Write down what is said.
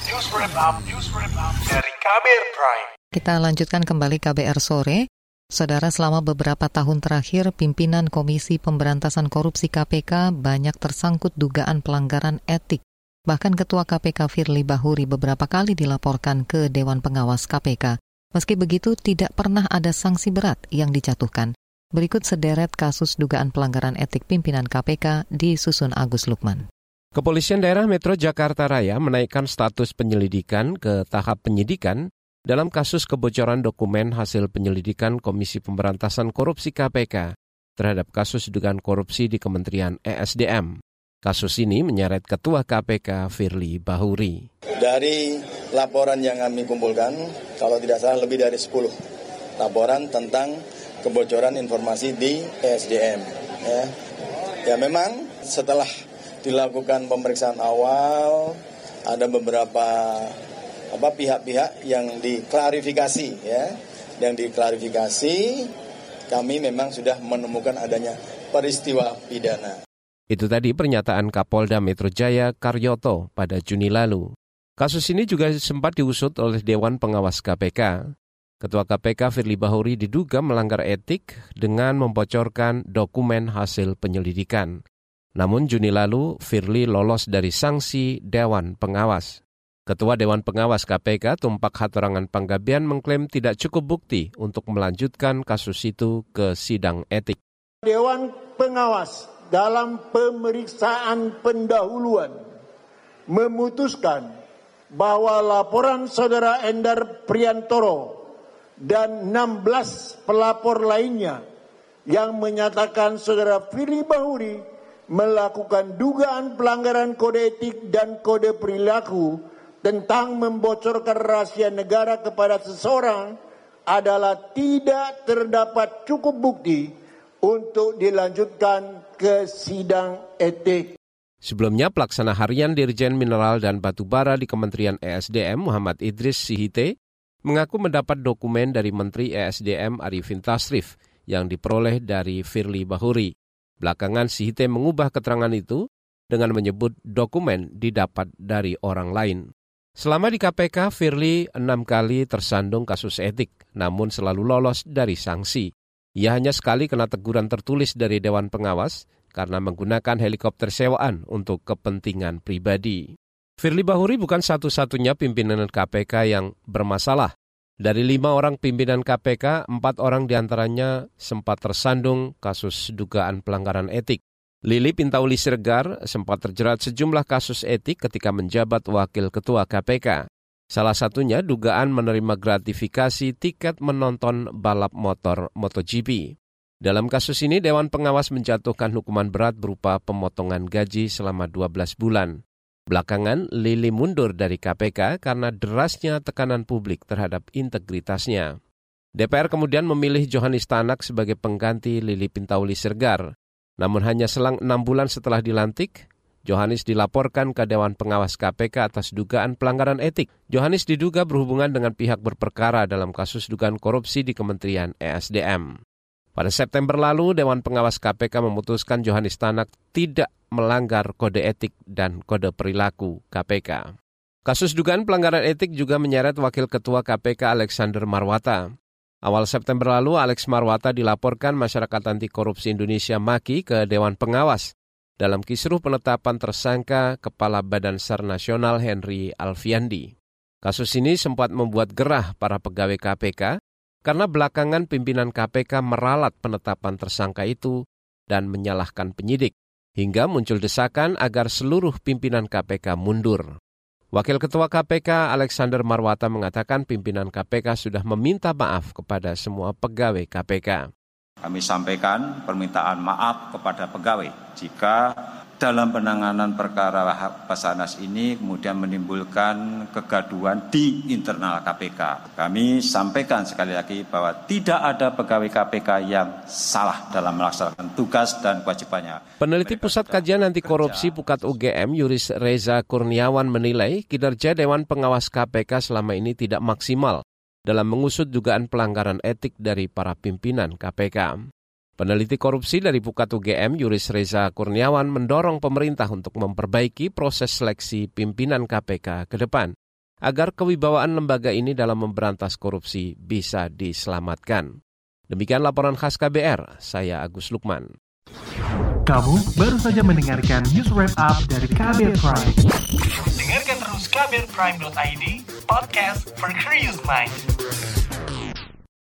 News Wrap Up dari KBR Prime. Kita lanjutkan kembali KBR Sore. Saudara, selama beberapa tahun terakhir, pimpinan Komisi Pemberantasan Korupsi KPK banyak tersangkut dugaan pelanggaran etik. Bahkan Ketua KPK Firly Bahuri beberapa kali dilaporkan ke Dewan Pengawas KPK. Meski begitu, tidak pernah ada sanksi berat yang dijatuhkan. Berikut sederet kasus dugaan pelanggaran etik pimpinan KPK disusun Agus Lukman. Kepolisian Daerah Metro Jakarta Raya menaikkan status penyelidikan ke tahap penyidikan dalam kasus kebocoran dokumen hasil penyelidikan Komisi Pemberantasan Korupsi KPK terhadap kasus dugaan korupsi di Kementerian ESDM. Kasus ini menyeret Ketua KPK Firly Bahuri. Dari laporan yang kami kumpulkan, kalau tidak salah lebih dari 10 laporan tentang kebocoran informasi di ESDM. Ya memang setelah dilakukan pemeriksaan awal, ada beberapa pihak-pihak yang diklarifikasi, kami memang sudah menemukan adanya peristiwa pidana. Itu tadi pernyataan Kapolda Metro Jaya Karyoto pada Juni lalu. Kasus ini juga sempat diusut oleh Dewan Pengawas KPK. Ketua KPK Firly Bahuri diduga melanggar etik dengan membocorkan dokumen hasil penyelidikan. Namun Juni lalu, Firly lolos dari sanksi Dewan Pengawas. Ketua Dewan Pengawas KPK Tumpak Hatorangan Panggabean mengklaim tidak cukup bukti untuk melanjutkan kasus itu ke sidang etik. Dewan Pengawas dalam pemeriksaan pendahuluan memutuskan bahwa laporan Saudara Endar Priantoro dan 16 pelapor lainnya yang menyatakan Saudara Firly Bahuri melakukan dugaan pelanggaran kode etik dan kode perilaku tentang membocorkan rahasia negara kepada seseorang adalah tidak terdapat cukup bukti untuk dilanjutkan ke sidang etik. Sebelumnya, pelaksana harian Dirjen Mineral dan Batubara di Kementerian ESDM Muhammad Idris Sihite mengaku mendapat dokumen dari Menteri ESDM Arifin Tasrif yang diperoleh dari Firly Bahuri. Belakangan Sihite mengubah keterangan itu dengan menyebut dokumen didapat dari orang lain. Selama di KPK, Firly 6 kali tersandung kasus etik, namun selalu lolos dari sanksi. Ia hanya sekali kena teguran tertulis dari Dewan Pengawas karena menggunakan helikopter sewaan untuk kepentingan pribadi. Firly Bahuri bukan satu-satunya pimpinan KPK yang bermasalah. Dari 5 orang pimpinan KPK, 4 orang diantaranya sempat tersandung kasus dugaan pelanggaran etik. Lili Pintauli Siregar sempat terjerat sejumlah kasus etik ketika menjabat wakil ketua KPK. Salah satunya dugaan menerima gratifikasi tiket menonton balap motor MotoGP. Dalam kasus ini, Dewan Pengawas menjatuhkan hukuman berat berupa pemotongan gaji selama 12 bulan. Belakangan, Lili mundur dari KPK karena derasnya tekanan publik terhadap integritasnya. DPR kemudian memilih Johanis Tanak sebagai pengganti Lili Pintauli Siregar. Namun hanya selang 6 bulan setelah dilantik, Johanis dilaporkan ke Dewan Pengawas KPK atas dugaan pelanggaran etik. Johanis diduga berhubungan dengan pihak berperkara dalam kasus dugaan korupsi di Kementerian ESDM. Pada September lalu, Dewan Pengawas KPK memutuskan Johanis Tanak tidak melanggar kode etik dan kode perilaku KPK. Kasus dugaan pelanggaran etik juga menyeret Wakil Ketua KPK Alexander Marwata. Awal September lalu, Alex Marwata dilaporkan Masyarakat Anti Korupsi Indonesia MAKI ke Dewan Pengawas dalam kisruh penetapan tersangka Kepala Badan SAR Nasional Henry Alfiandi. Kasus ini sempat membuat gerah para pegawai KPK karena belakangan pimpinan KPK meralat penetapan tersangka itu dan menyalahkan penyidik, hingga muncul desakan agar seluruh pimpinan KPK mundur. Wakil Ketua KPK Alexander Marwata mengatakan pimpinan KPK sudah meminta maaf kepada semua pegawai KPK. Kami sampaikan permintaan maaf kepada pegawai jika dalam penanganan perkara Basarnas ini kemudian menimbulkan kegaduhan di internal KPK. Kami sampaikan sekali lagi bahwa tidak ada pegawai KPK yang salah dalam melaksanakan tugas dan kewajibannya. Peneliti Pusat Kajian Anti Korupsi Pukat UGM Yuris Reza Kurniawan menilai kinerja Dewan Pengawas KPK selama ini tidak maksimal dalam mengusut dugaan pelanggaran etik dari para pimpinan KPK. Peneliti korupsi dari Pukat UGM, Yuris Reza Kurniawan, mendorong pemerintah untuk memperbaiki proses seleksi pimpinan KPK ke depan. agar kewibawaan lembaga ini dalam memberantas korupsi bisa diselamatkan. Demikian laporan khas KBR, saya Agus Lukman. Kamu baru saja mendengarkan News Wrap Up dari KBR Prime. Dengarkan terus kbrprime.id, podcast for curious mind.